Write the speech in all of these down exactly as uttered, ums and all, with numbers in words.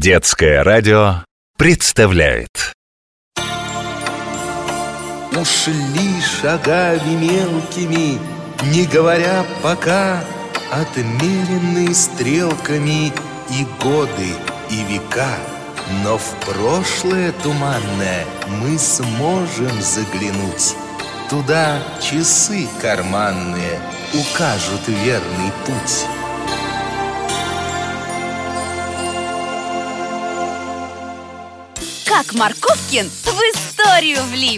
Детское радио представляет. Ушли шагами мелкими, не говоря пока, отмеренные стрелками и годы, и века. Но в прошлое туманное мы сможем заглянуть. Туда часы карманные укажут верный путь. Как Марковкин в историю влип.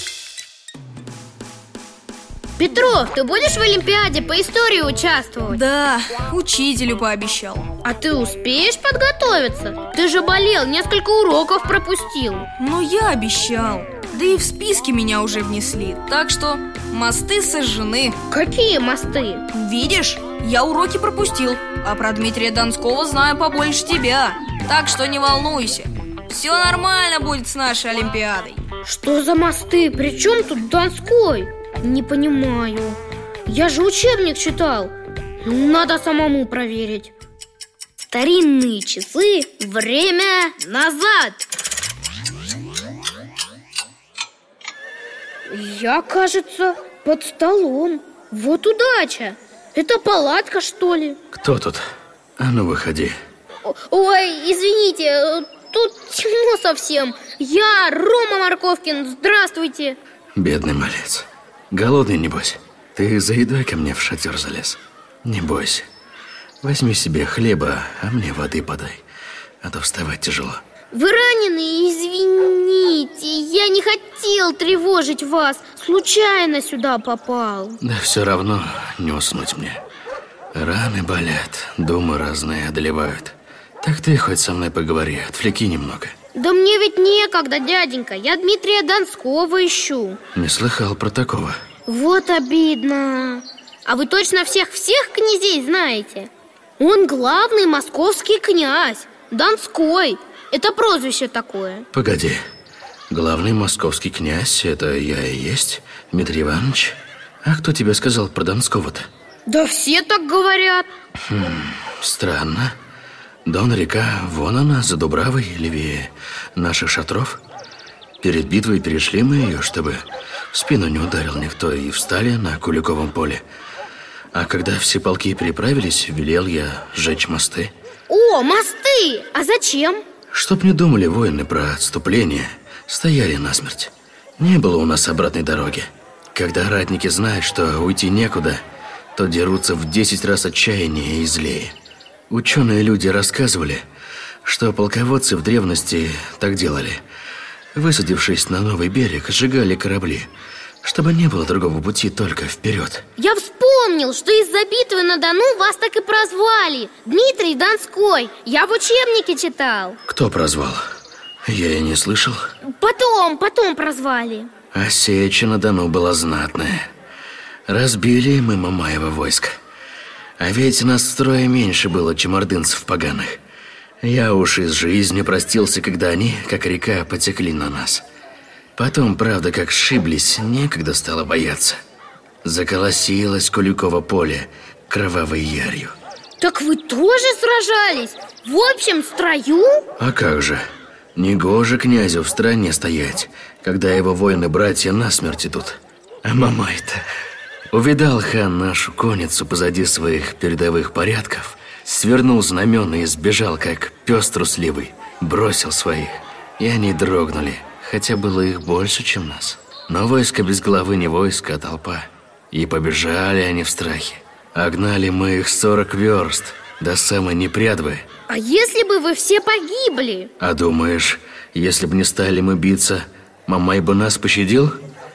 Петров, ты будешь в Олимпиаде по истории участвовать? Да, учителю пообещал. А ты успеешь подготовиться? Ты же болел, несколько уроков пропустил. Ну, я обещал. Да и в списки меня уже внесли. Так что мосты сожжены. Какие мосты? Видишь, я уроки пропустил, а про Дмитрия Донского знаю побольше тебя. Так что не волнуйся. Все нормально будет с нашей Олимпиадой. Что за мосты? При чем тут Донской? Не понимаю. Я же учебник читал. Надо самому проверить. Старинные часы. Время назад. Я, кажется, под столом. Вот удача. Это палатка, что ли? Кто тут? А ну, выходи. Ой, извините, тут темно совсем. Я Рома Марковкин, здравствуйте. Бедный малец. Голодный, небось? Ты за едой ко мне в шатер залез? Не бойся. Возьми себе хлеба, а мне воды подай. А то вставать тяжело. Вы раненый, извините. Я не хотел тревожить вас. Случайно сюда попал. Да все равно не уснуть мне. Раны болят, думы разные одолевают. Так ты хоть со мной поговори, отвлеки немного. Да мне ведь некогда, дяденька. Я Дмитрия Донского ищу. Не слыхал про такого. Вот обидно. А вы точно всех-всех князей знаете? Он главный московский князь, Донской. Это прозвище такое. Погоди. Главный московский князь, это я и есть, Дмитрий Иванович. А кто тебе сказал про Донского-то? Да все так говорят. Хм, странно. Дон-река, вон она, за Дубравой, левее наших шатров. Перед битвой перешли мы ее, чтобы в спину не ударил никто, и встали на Куликовом поле. А когда все полки переправились, велел я сжечь мосты. О, мосты! А зачем? Чтоб не думали воины про отступление, стояли насмерть. Не было у нас обратной дороги. Когда ратники знают, что уйти некуда, то дерутся в десять раз отчаяннее и злее. Ученые люди рассказывали, что полководцы в древности так делали. Высадившись на новый берег, сжигали корабли, чтобы не было другого пути, только вперед. Я вспомнил, что из-за битвы на Дону вас так и прозвали. Дмитрий Донской. Я в учебнике читал. Кто прозвал? Я и не слышал. Потом, потом прозвали. А сеча на Дону была знатная. Разбили мы Мамаево войско. А ведь нас втрое меньше было, чем ордынцев поганых. Я уж из жизни простился, когда они, как река, потекли на нас. Потом, правда, как сшиблись, некогда стало бояться. Заколосилось Куликово поле кровавой ярью. Так вы тоже сражались? В общем строю? А как же? Негоже князю в стороне стоять, когда его воины-братья насмерть идут. А Мамай-то... Увидал хан нашу конницу позади своих передовых порядков, свернул знамена и сбежал, как пес трусливый, бросил своих. И они дрогнули, хотя было их больше, чем нас. Но войско без главы не войско, а толпа. И побежали они в страхе. А гнали мы их сорок верст, до самой Непрядвы. А если бы вы все погибли? А думаешь, если бы не стали мы биться, Мамай бы нас пощадил?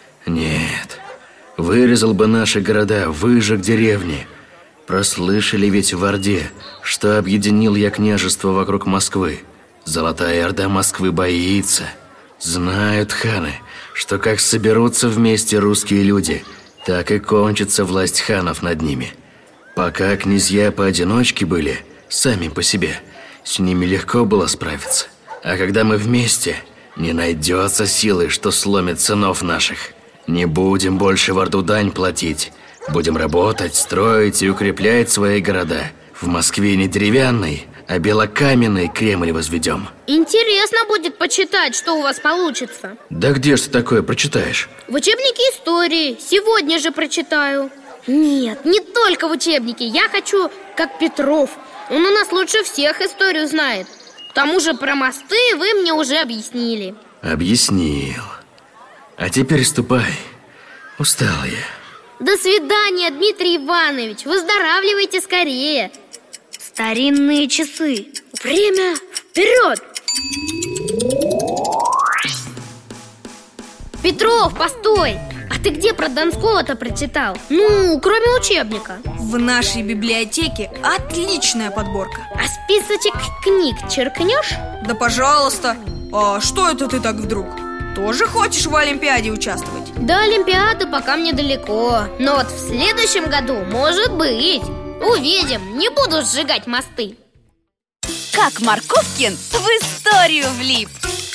Нет. Вырезал бы наши города, выжег деревни. Прослышали ведь в Орде, что объединил я княжество вокруг Москвы. Золотая Орда Москвы боится. Знают ханы, что как соберутся вместе русские люди, так и кончится власть ханов над ними. Пока князья поодиночке были, сами по себе, с ними легко было справиться. А когда мы вместе, не найдется силы, что сломит сынов наших. Не будем больше в Орду дань платить. Будем работать, строить и укреплять свои города. В Москве не деревянной, а белокаменный Кремль возведем. Интересно будет почитать, что у вас получится. Да где ж ты такое прочитаешь? В учебнике истории. Сегодня же прочитаю. Нет, не только в учебнике. Я хочу, как Петров. Он у нас лучше всех историю знает. К тому же про мосты вы мне уже объяснили. Объяснил. А теперь ступай. Устал я. До свидания, Дмитрий Иванович. Выздоравливайте скорее. Старинные часы. Время вперед! Петров, постой! А ты где про Донского-то прочитал? Ну, кроме учебника. В нашей библиотеке отличная подборка. А списочек книг черкнешь? Да пожалуйста. А что это ты так вдруг? Тоже хочешь в Олимпиаде участвовать? До Олимпиады пока мне далеко. Но вот в следующем году, может быть. Увидим, не буду сжигать мосты. Как Марковкин в историю влип.